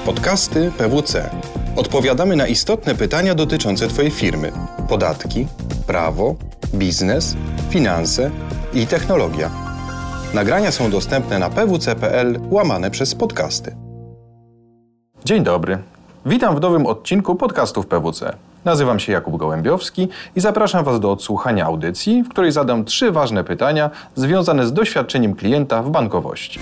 Podcasty PWC. Odpowiadamy na istotne pytania dotyczące Twojej firmy. Podatki, prawo, biznes, finanse i technologia. Nagrania są dostępne na pwc.pl/podcasty. Dzień dobry. Witam w nowym odcinku podcastów PWC. Nazywam się Jakub Gołębiowski i zapraszam Was do odsłuchania audycji, w której zadam 3 ważne pytania związane z doświadczeniem klienta w bankowości.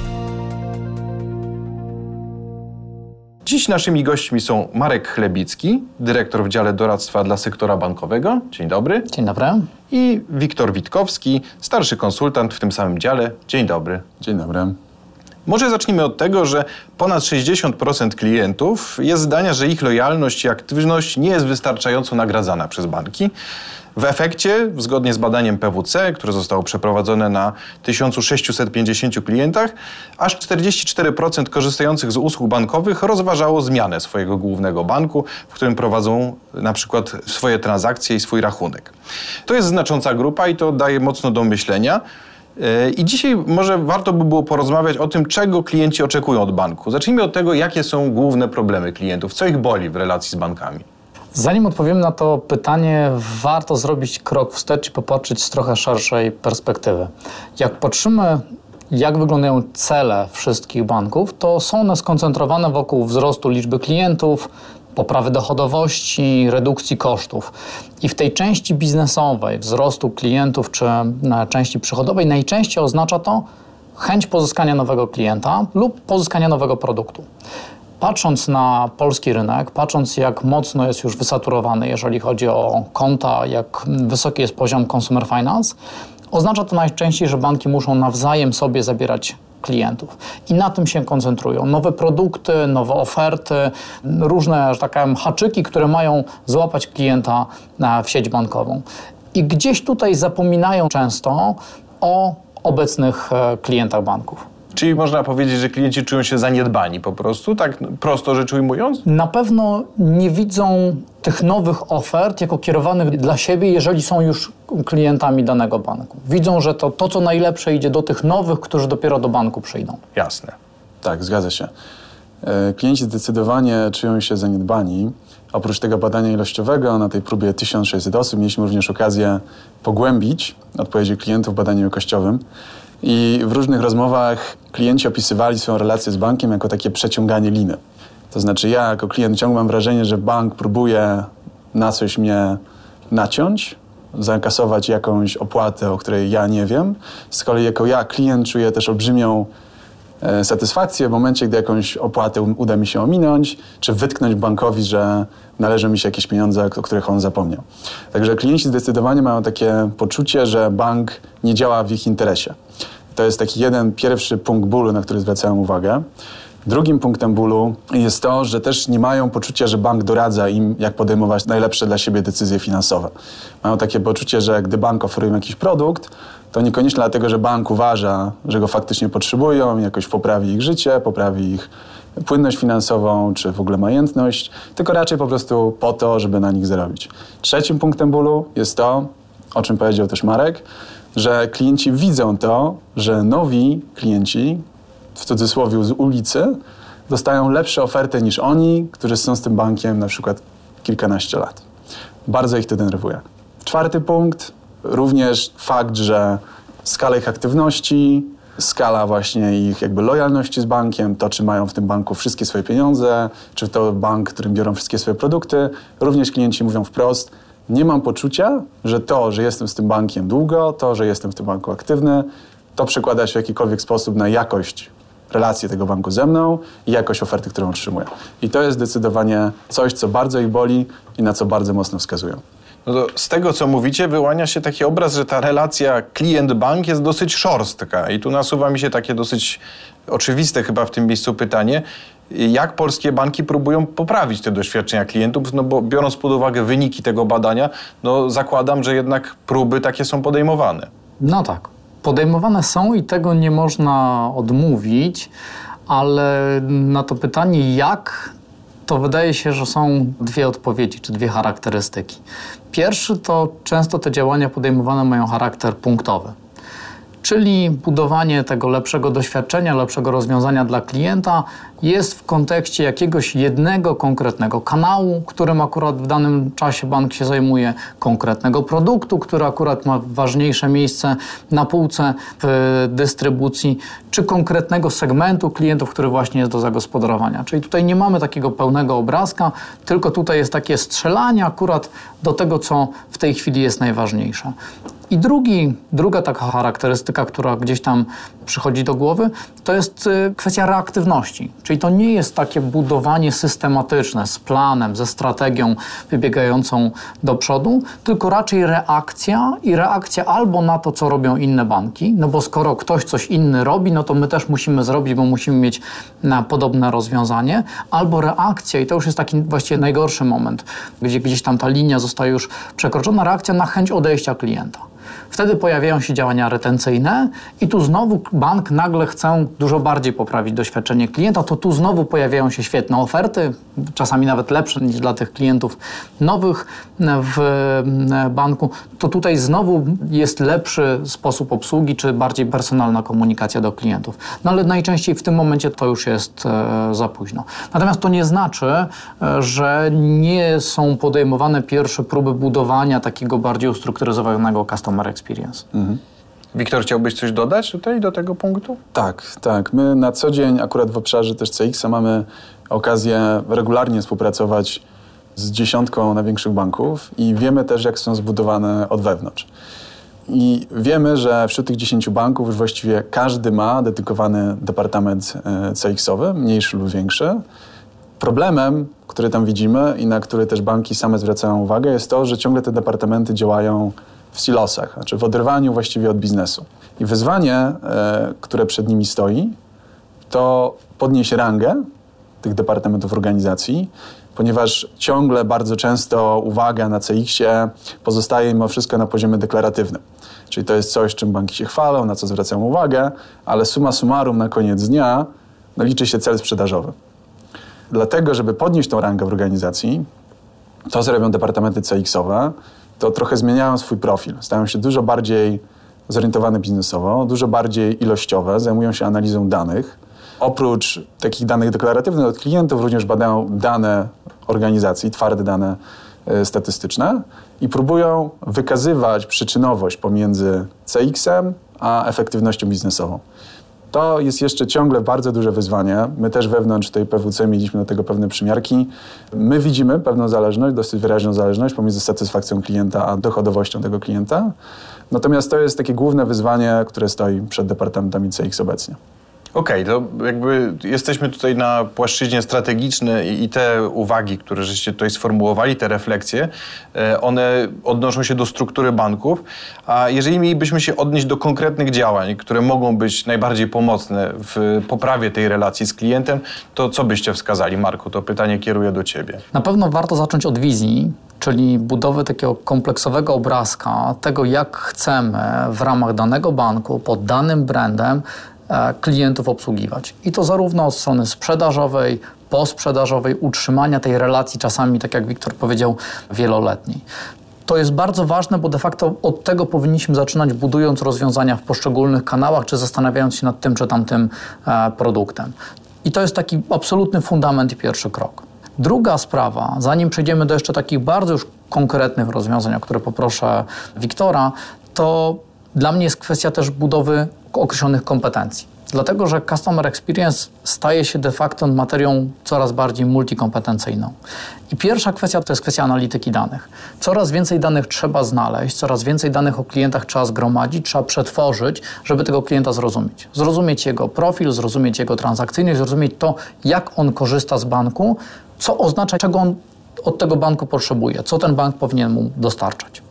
Dziś naszymi gośćmi są Marek Chlebicki, dyrektor w dziale doradztwa dla sektora bankowego. Dzień dobry. Dzień dobry. I Wiktor Witkowski, starszy konsultant w tym samym dziale. Dzień dobry. Dzień dobry. Może zacznijmy od tego, że ponad 60% klientów jest zdania, że ich lojalność i aktywność nie jest wystarczająco nagradzana przez banki. W efekcie, zgodnie z badaniem PWC, które zostało przeprowadzone na 1650 klientach, aż 44% korzystających z usług bankowych rozważało zmianę swojego głównego banku, w którym prowadzą na przykład swoje transakcje i swój rachunek. To jest znacząca grupa i to daje mocno do myślenia. I dzisiaj może warto by było porozmawiać o tym, czego klienci oczekują od banku. Zacznijmy od tego, jakie są główne problemy klientów, co ich boli w relacji z bankami. Zanim odpowiem na to pytanie, warto zrobić krok wstecz i popatrzeć z trochę szerszej perspektywy. Jak patrzymy, jak wyglądają cele wszystkich banków, to są one skoncentrowane wokół wzrostu liczby klientów, poprawy dochodowości, redukcji kosztów. I w tej części biznesowej, wzrostu klientów czy na części przychodowej, najczęściej oznacza to chęć pozyskania nowego klienta lub pozyskania nowego produktu. Patrząc na polski rynek, patrząc jak mocno jest już wysaturowany, jeżeli chodzi o konta, jak wysoki jest poziom consumer finance, oznacza to najczęściej, że banki muszą nawzajem sobie zabierać klientów. I na tym się koncentrują. Nowe produkty, nowe oferty, różne, że tak powiem, haczyki, które mają złapać klienta w sieć bankową. I gdzieś tutaj zapominają często o obecnych klientach banków. Czyli można powiedzieć, że klienci czują się zaniedbani po prostu, tak prosto rzecz ujmując? Na pewno nie widzą tych nowych ofert jako kierowanych dla siebie, jeżeli są już klientami danego banku. Widzą, że to co najlepsze idzie do tych nowych, którzy dopiero do banku przyjdą. Jasne. Tak, zgadza się. Klienci zdecydowanie czują się zaniedbani. Oprócz tego badania ilościowego na tej próbie 1600 osób mieliśmy również okazję pogłębić odpowiedzi klientów badaniem jakościowym. I w różnych rozmowach klienci opisywali swoją relację z bankiem jako takie przeciąganie liny. To znaczy ja jako klient ciągle mam wrażenie, że bank próbuje na coś mnie naciąć, zainkasować jakąś opłatę, o której ja nie wiem. Z kolei jako ja klient czuję też olbrzymią satysfakcję w momencie, gdy jakąś opłatę uda mi się ominąć, czy wytknąć bankowi, że należą mi się jakieś pieniądze, o których on zapomniał. Także klienci zdecydowanie mają takie poczucie, że bank nie działa w ich interesie. To jest taki pierwszy punkt bólu, na który zwracają uwagę. Drugim punktem bólu jest to, że też nie mają poczucia, że bank doradza im, jak podejmować najlepsze dla siebie decyzje finansowe. Mają takie poczucie, że gdy bank oferuje im jakiś produkt, to niekoniecznie dlatego, że bank uważa, że go faktycznie potrzebują, jakoś poprawi ich życie, poprawi ich płynność finansową, czy w ogóle majętność, tylko raczej po prostu po to, żeby na nich zarobić. Trzecim punktem bólu jest to, o czym powiedział też Marek, że klienci widzą to, że nowi klienci, w cudzysłowie z ulicy, dostają lepsze oferty niż oni, którzy są z tym bankiem na przykład kilkanaście lat. Bardzo ich to denerwuje. Czwarty punkt, również fakt, że skala ich aktywności, skala właśnie ich jakby lojalności z bankiem, to czy mają w tym banku wszystkie swoje pieniądze, czy to bank, którym biorą wszystkie swoje produkty, również klienci mówią wprost, nie mam poczucia, że to, że jestem z tym bankiem długo, to, że jestem w tym banku aktywny, to przekłada się w jakikolwiek sposób na jakość relacji tego banku ze mną i jakość oferty, którą otrzymuję. I to jest zdecydowanie coś, co bardzo ich boli i na co bardzo mocno wskazują. No to z tego, co mówicie, wyłania się taki obraz, że ta relacja klient-bank jest dosyć szorstka. I tu nasuwa mi się takie dosyć oczywiste chyba w tym miejscu pytanie, jak polskie banki próbują poprawić te doświadczenia klientów, no bo biorąc pod uwagę wyniki tego badania, no zakładam, że jednak próby takie są podejmowane. No tak, podejmowane są i tego nie można odmówić, ale na to pytanie jak, to wydaje się, że są 2 odpowiedzi, czy 2 charakterystyki. Pierwszy to często te działania podejmowane mają charakter punktowy. czyli budowanie tego lepszego doświadczenia, lepszego rozwiązania dla klienta jest w kontekście jakiegoś jednego konkretnego kanału, którym akurat w danym czasie bank się zajmuje, konkretnego produktu, który akurat ma ważniejsze miejsce na półce w dystrybucji, czy konkretnego segmentu klientów, który właśnie jest do zagospodarowania. Czyli tutaj nie mamy takiego pełnego obrazka, tylko tutaj jest takie strzelanie akurat do tego, co w tej chwili jest najważniejsze. I druga taka charakterystyka, która gdzieś tam przychodzi do głowy, to jest kwestia reaktywności. Czyli to nie jest takie budowanie systematyczne z planem, ze strategią wybiegającą do przodu, tylko raczej reakcja albo na to, co robią inne banki, no bo skoro ktoś coś inny robi, no to my też musimy zrobić, bo musimy mieć podobne rozwiązanie, albo reakcja, i to już jest taki właściwie najgorszy moment, gdzie gdzieś tam ta linia zostaje już przekroczona, reakcja na chęć odejścia klienta. Wtedy pojawiają się działania retencyjne i tu znowu bank nagle chce dużo bardziej poprawić doświadczenie klienta, to tu znowu pojawiają się świetne oferty, czasami nawet lepsze niż dla tych klientów nowych w banku. To tutaj znowu jest lepszy sposób obsługi, czy bardziej personalna komunikacja do klientów. No ale najczęściej w tym momencie to już jest za późno. Natomiast to nie znaczy, że nie są podejmowane pierwsze próby budowania takiego bardziej ustrukturyzowanego customer experience. Wiktor, chciałbyś coś dodać tutaj do tego punktu? Tak. My na co dzień akurat w obszarze też CX-a mamy okazję regularnie współpracować z dziesiątką największych banków i wiemy też, jak są zbudowane od wewnątrz. I wiemy, że wśród tych 10 banków już właściwie każdy ma dedykowany departament CX-owy, mniejszy lub większy. Problemem, który tam widzimy i na który też banki same zwracają uwagę, jest to, że ciągle te departamenty działają w silosach, znaczy w oderwaniu właściwie od biznesu. I wyzwanie, które przed nimi stoi, to podnieść rangę tych departamentów organizacji, ponieważ ciągle bardzo często uwaga na CX-ie pozostaje mimo wszystko na poziomie deklaratywnym. Czyli to jest coś, czym banki się chwalą, na co zwracają uwagę, ale summa summarum na koniec dnia liczy się cel sprzedażowy. Dlatego, żeby podnieść tą rangę w organizacji, to co robią departamenty CX-owe, to trochę zmieniają swój profil. Stają się dużo bardziej zorientowane biznesowo, dużo bardziej ilościowe, zajmują się analizą danych. Oprócz takich danych deklaratywnych od klientów również badają dane organizacji, twarde dane statystyczne i próbują wykazywać przyczynowość pomiędzy CX-em a efektywnością biznesową. To jest jeszcze ciągle bardzo duże wyzwanie. My też wewnątrz tej PWC mieliśmy do tego pewne przymiarki. My widzimy pewną zależność, dosyć wyraźną zależność pomiędzy satysfakcją klienta a dochodowością tego klienta. Natomiast to jest takie główne wyzwanie, które stoi przed departamentami CX obecnie. Okej, to jakby jesteśmy tutaj na płaszczyźnie strategicznej i te uwagi, które żeście tutaj sformułowali, te refleksje, one odnoszą się do struktury banków, a jeżeli mielibyśmy się odnieść do konkretnych działań, które mogą być najbardziej pomocne w poprawie tej relacji z klientem, to co byście wskazali? Marku, to pytanie kieruję do Ciebie. Na pewno warto zacząć od wizji, czyli budowy takiego kompleksowego obrazka tego, jak chcemy w ramach danego banku, pod danym brandem klientów obsługiwać. I to zarówno od strony sprzedażowej, posprzedażowej, utrzymania tej relacji czasami, tak jak Wiktor powiedział, wieloletniej. To jest bardzo ważne, bo de facto od tego powinniśmy zaczynać, budując rozwiązania w poszczególnych kanałach, czy zastanawiając się nad tym czy tamtym produktem. I to jest taki absolutny fundament i pierwszy krok. Druga sprawa, zanim przejdziemy do jeszcze takich bardzo już konkretnych rozwiązań, o które poproszę Wiktora, to dla mnie jest kwestia też budowy określonych kompetencji. Dlatego, że Customer Experience staje się de facto materią coraz bardziej multikompetencyjną. I pierwsza kwestia to jest kwestia analityki danych. Coraz więcej danych trzeba znaleźć, coraz więcej danych o klientach trzeba zgromadzić, trzeba przetworzyć, żeby tego klienta zrozumieć. Zrozumieć jego profil, zrozumieć jego transakcyjność, zrozumieć to, jak on korzysta z banku, co oznacza, czego on od tego banku potrzebuje, co ten bank powinien mu dostarczać.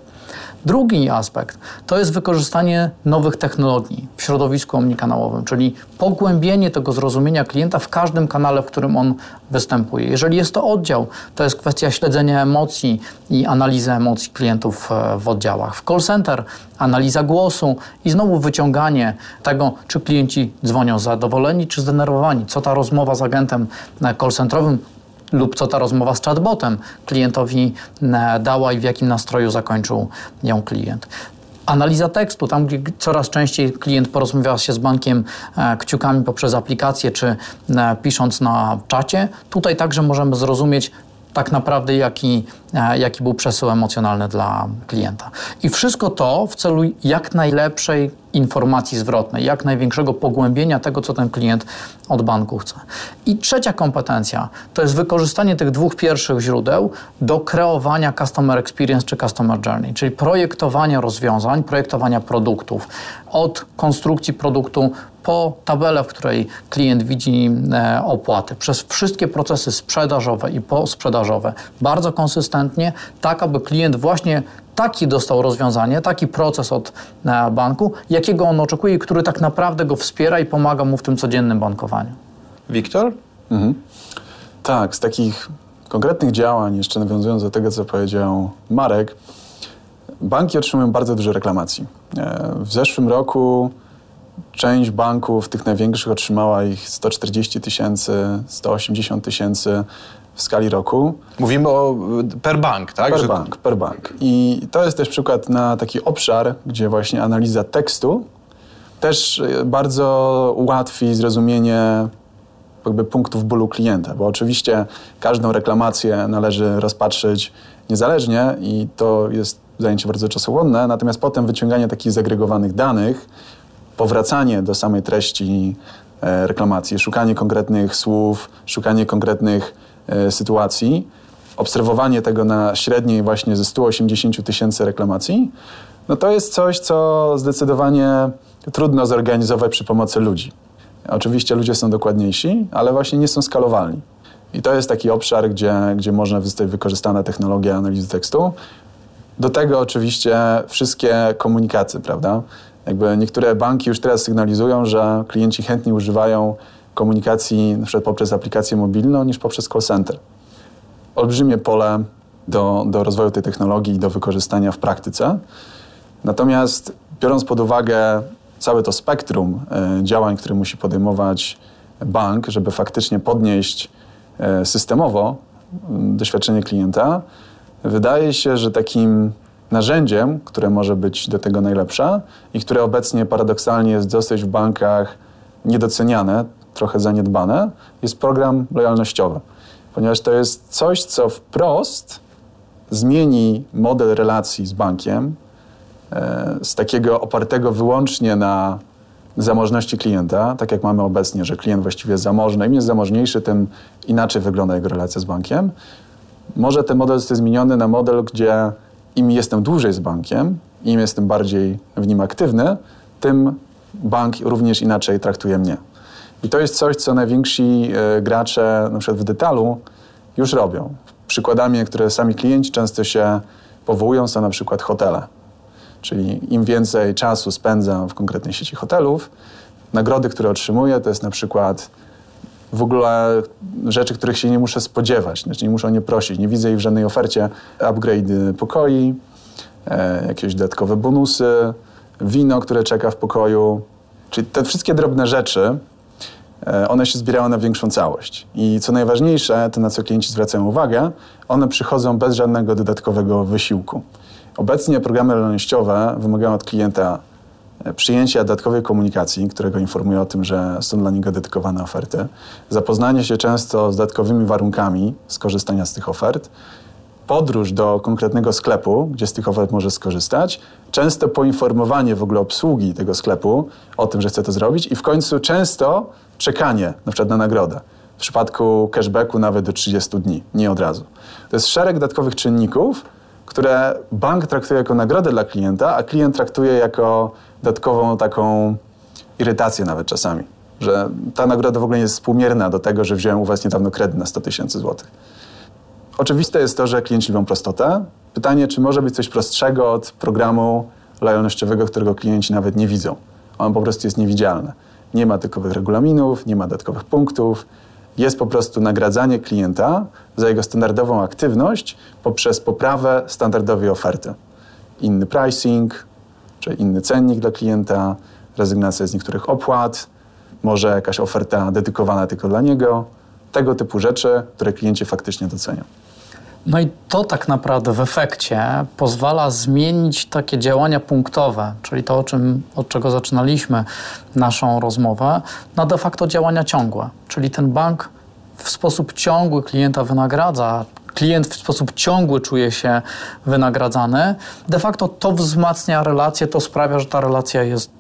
Drugi aspekt to jest wykorzystanie nowych technologii w środowisku omnikanałowym, czyli pogłębienie tego zrozumienia klienta w każdym kanale, w którym on występuje. Jeżeli jest to oddział, to jest kwestia śledzenia emocji i analizy emocji klientów w oddziałach. W call center analiza głosu i znowu wyciąganie tego, czy klienci dzwonią zadowoleni, czy zdenerwowani, co ta rozmowa z agentem call centrowym lub co ta rozmowa z chatbotem klientowi dała i w jakim nastroju zakończył ją klient. Analiza tekstu, tam gdzie coraz częściej klient porozmawia się z bankiem kciukami poprzez aplikację czy pisząc na czacie, tutaj także możemy zrozumieć tak naprawdę jaki był przesył emocjonalny dla klienta. I wszystko to w celu jak najlepszej informacji zwrotnej, jak największego pogłębienia tego, co ten klient od banku chce. I trzecia kompetencja to jest wykorzystanie tych dwóch pierwszych źródeł do kreowania customer experience czy customer journey, czyli projektowania rozwiązań, projektowania produktów. Od konstrukcji produktu po tabelę, w której klient widzi opłaty, przez wszystkie procesy sprzedażowe i posprzedażowe, bardzo konsystentnie, tak aby klient właśnie taki dostał rozwiązanie, taki proces od banku, jakiego on oczekuje i który tak naprawdę go wspiera i pomaga mu w tym codziennym bankowaniu. Wiktor? Tak, z takich konkretnych działań, jeszcze nawiązując do tego, co powiedział Marek, banki otrzymują bardzo dużo reklamacji. W zeszłym roku część banków, tych największych, otrzymała ich 140 000, 180 000 w skali roku. Mówimy o per bank, tak? Per bank. I to jest też przykład na taki obszar, gdzie właśnie analiza tekstu też bardzo ułatwi zrozumienie jakby punktów bólu klienta, bo oczywiście każdą reklamację należy rozpatrzyć niezależnie i to jest zajęcie bardzo czasochłonne, natomiast potem wyciąganie takich zagregowanych danych, powracanie do samej treści reklamacji, szukanie konkretnych słów, szukanie konkretnych sytuacji, obserwowanie tego na średniej właśnie ze 180 000 reklamacji, no to jest coś, co zdecydowanie trudno zorganizować przy pomocy ludzi. Oczywiście ludzie są dokładniejsi, ale właśnie nie są skalowalni. I to jest taki obszar, gdzie można zostać wykorzystana technologia analizy tekstu. Do tego oczywiście wszystkie komunikaty, prawda? Jakby niektóre banki już teraz sygnalizują, że klienci chętniej używają komunikacji na przykład poprzez aplikację mobilną niż poprzez call center. Olbrzymie pole do rozwoju tej technologii i do wykorzystania w praktyce. Natomiast biorąc pod uwagę całe to spektrum działań, które musi podejmować bank, żeby faktycznie podnieść systemowo doświadczenie klienta, wydaje się, że takim narzędziem, które może być do tego najlepsze i które obecnie paradoksalnie jest dosyć w bankach niedoceniane, trochę zaniedbane, jest program lojalnościowy. Ponieważ to jest coś, co wprost zmieni model relacji z bankiem z takiego opartego wyłącznie na zamożności klienta, tak jak mamy obecnie, że klient właściwie jest zamożny, im jest zamożniejszy, tym inaczej wygląda jego relacja z bankiem. Może ten model zostać zmieniony na model, gdzie im jestem dłużej z bankiem, im jestem bardziej w nim aktywny, tym bank również inaczej traktuje mnie. I to jest coś, co najwięksi gracze, na przykład w detalu, już robią. Przykładami, które sami klienci często się powołują, są na przykład hotele. Czyli im więcej czasu spędzam w konkretnej sieci hotelów, nagrody, które otrzymuję, to jest na przykład w ogóle rzeczy, których się nie muszę spodziewać, znaczy nie muszę o nie prosić. Nie widzę ich w żadnej ofercie. Upgrade pokoi, jakieś dodatkowe bonusy, wino, które czeka w pokoju. Czyli te wszystkie drobne rzeczy, one się zbierały na większą całość. I co najważniejsze, to na co klienci zwracają uwagę, one przychodzą bez żadnego dodatkowego wysiłku. Obecnie programy lojalnościowe wymagają od klienta przyjęcia dodatkowej komunikacji, którego informuje o tym, że są dla niego dedykowane oferty, zapoznanie się często z dodatkowymi warunkami skorzystania z tych ofert, podróż do konkretnego sklepu, gdzie z tych ofert może skorzystać, często poinformowanie w ogóle obsługi tego sklepu o tym, że chce to zrobić i w końcu często czekanie na przykład na nagrodę. W przypadku cashbacku nawet do 30 dni, nie od razu. To jest szereg dodatkowych czynników, które bank traktuje jako nagrodę dla klienta, a klient traktuje jako dodatkową taką irytację nawet czasami, że ta nagroda w ogóle nie jest współmierna do tego, że wziąłem u was niedawno kredyt na 100 000 złotych. Oczywiste jest to, że klienci lubią prostotę. Pytanie, czy może być coś prostszego od programu lojalnościowego, którego klienci nawet nie widzą. On po prostu jest niewidzialny. Nie ma dodatkowych regulaminów, nie ma dodatkowych punktów. Jest po prostu nagradzanie klienta za jego standardową aktywność poprzez poprawę standardowej oferty. Inny pricing, czy inny cennik dla klienta, rezygnacja z niektórych opłat, może jakaś oferta dedykowana tylko dla niego. Tego typu rzeczy, które klienci faktycznie docenią. No i to tak naprawdę w efekcie pozwala zmienić takie działania punktowe, czyli to, od czego zaczynaliśmy naszą rozmowę, na de facto działania ciągłe. Czyli ten bank w sposób ciągły klienta wynagradza, klient w sposób ciągły czuje się wynagradzany. De facto to wzmacnia relację, to sprawia, że ta relacja jest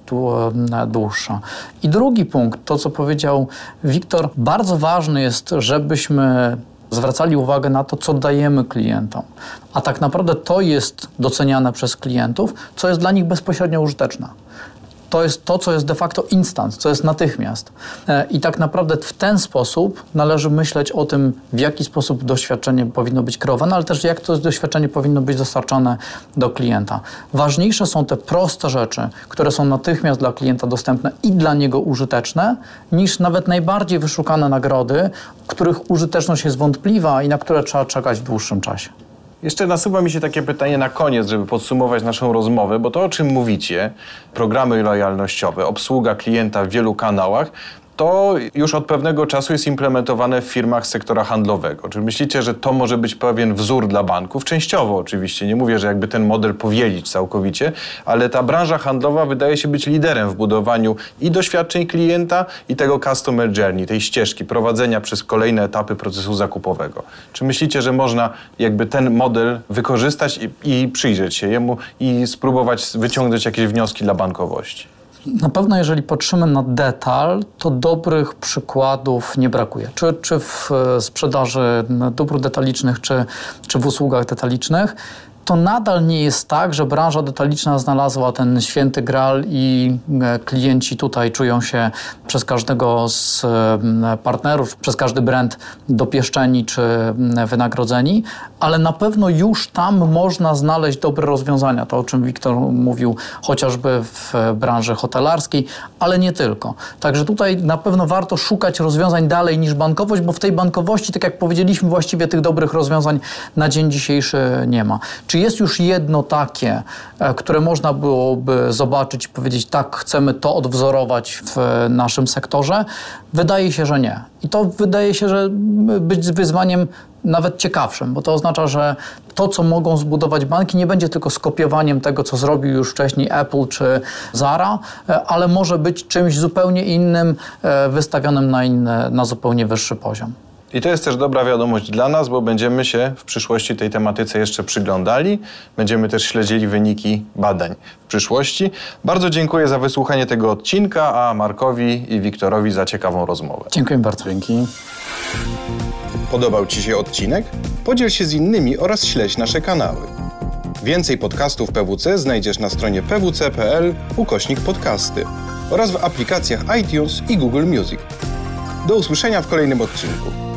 dłuższa. I drugi punkt, to co powiedział Wiktor, bardzo ważny jest, żebyśmy zwracali uwagę na to, co dajemy klientom. A tak naprawdę to jest doceniane przez klientów, co jest dla nich bezpośrednio użyteczne. To jest to, co jest de facto instant, co jest natychmiast. I tak naprawdę w ten sposób należy myśleć o tym, w jaki sposób doświadczenie powinno być kreowane, ale też jak to doświadczenie powinno być dostarczane do klienta. Ważniejsze są te proste rzeczy, które są natychmiast dla klienta dostępne i dla niego użyteczne, niż nawet najbardziej wyszukane nagrody, których użyteczność jest wątpliwa i na które trzeba czekać w dłuższym czasie. Jeszcze nasuwa mi się takie pytanie na koniec, żeby podsumować naszą rozmowę, bo to, o czym mówicie, programy lojalnościowe, obsługa klienta w wielu kanałach, to już od pewnego czasu jest implementowane w firmach z sektora handlowego. Czy myślicie, że to może być pewien wzór dla banków? Częściowo oczywiście, nie mówię, że jakby ten model powielić całkowicie, ale ta branża handlowa wydaje się być liderem w budowaniu i doświadczeń klienta, i tego customer journey, tej ścieżki prowadzenia przez kolejne etapy procesu zakupowego. Czy myślicie, że można jakby ten model wykorzystać i przyjrzeć się jemu i spróbować wyciągnąć jakieś wnioski dla bankowości? Na pewno, jeżeli patrzymy na detal, to dobrych przykładów nie brakuje. Czy w sprzedaży dóbr detalicznych, czy w usługach detalicznych. To nadal nie jest tak, że branża detaliczna znalazła ten święty graal i klienci tutaj czują się przez każdego z partnerów, przez każdy brand dopieszczeni czy wynagrodzeni, ale na pewno już tam można znaleźć dobre rozwiązania. To, o czym Wiktor mówił, chociażby w branży hotelarskiej, ale nie tylko. Także tutaj na pewno warto szukać rozwiązań dalej niż bankowość, bo w tej bankowości, tak jak powiedzieliśmy, właściwie tych dobrych rozwiązań na dzień dzisiejszy nie ma. Czy jest już jedno takie, które można byłoby zobaczyć i powiedzieć, tak, chcemy to odwzorować w naszym sektorze? Wydaje się, że nie. I to wydaje się, że być wyzwaniem nawet ciekawszym, bo to oznacza, że to, co mogą zbudować banki, nie będzie tylko skopiowaniem tego, co zrobił już wcześniej Apple czy Zara, ale może być czymś zupełnie innym, wystawionym na zupełnie wyższy poziom. I to jest też dobra wiadomość dla nas, bo będziemy się w przyszłości tej tematyce jeszcze przyglądali. Będziemy też śledzili wyniki badań w przyszłości. Bardzo dziękuję za wysłuchanie tego odcinka, a Markowi i Wiktorowi za ciekawą rozmowę. Dziękuję bardzo. Dzięki. Podobał Ci się odcinek? Podziel się z innymi oraz śledź nasze kanały. Więcej podcastów PWC znajdziesz na stronie pwc.pl/podcasty oraz w aplikacjach iTunes i Google Music. Do usłyszenia w kolejnym odcinku.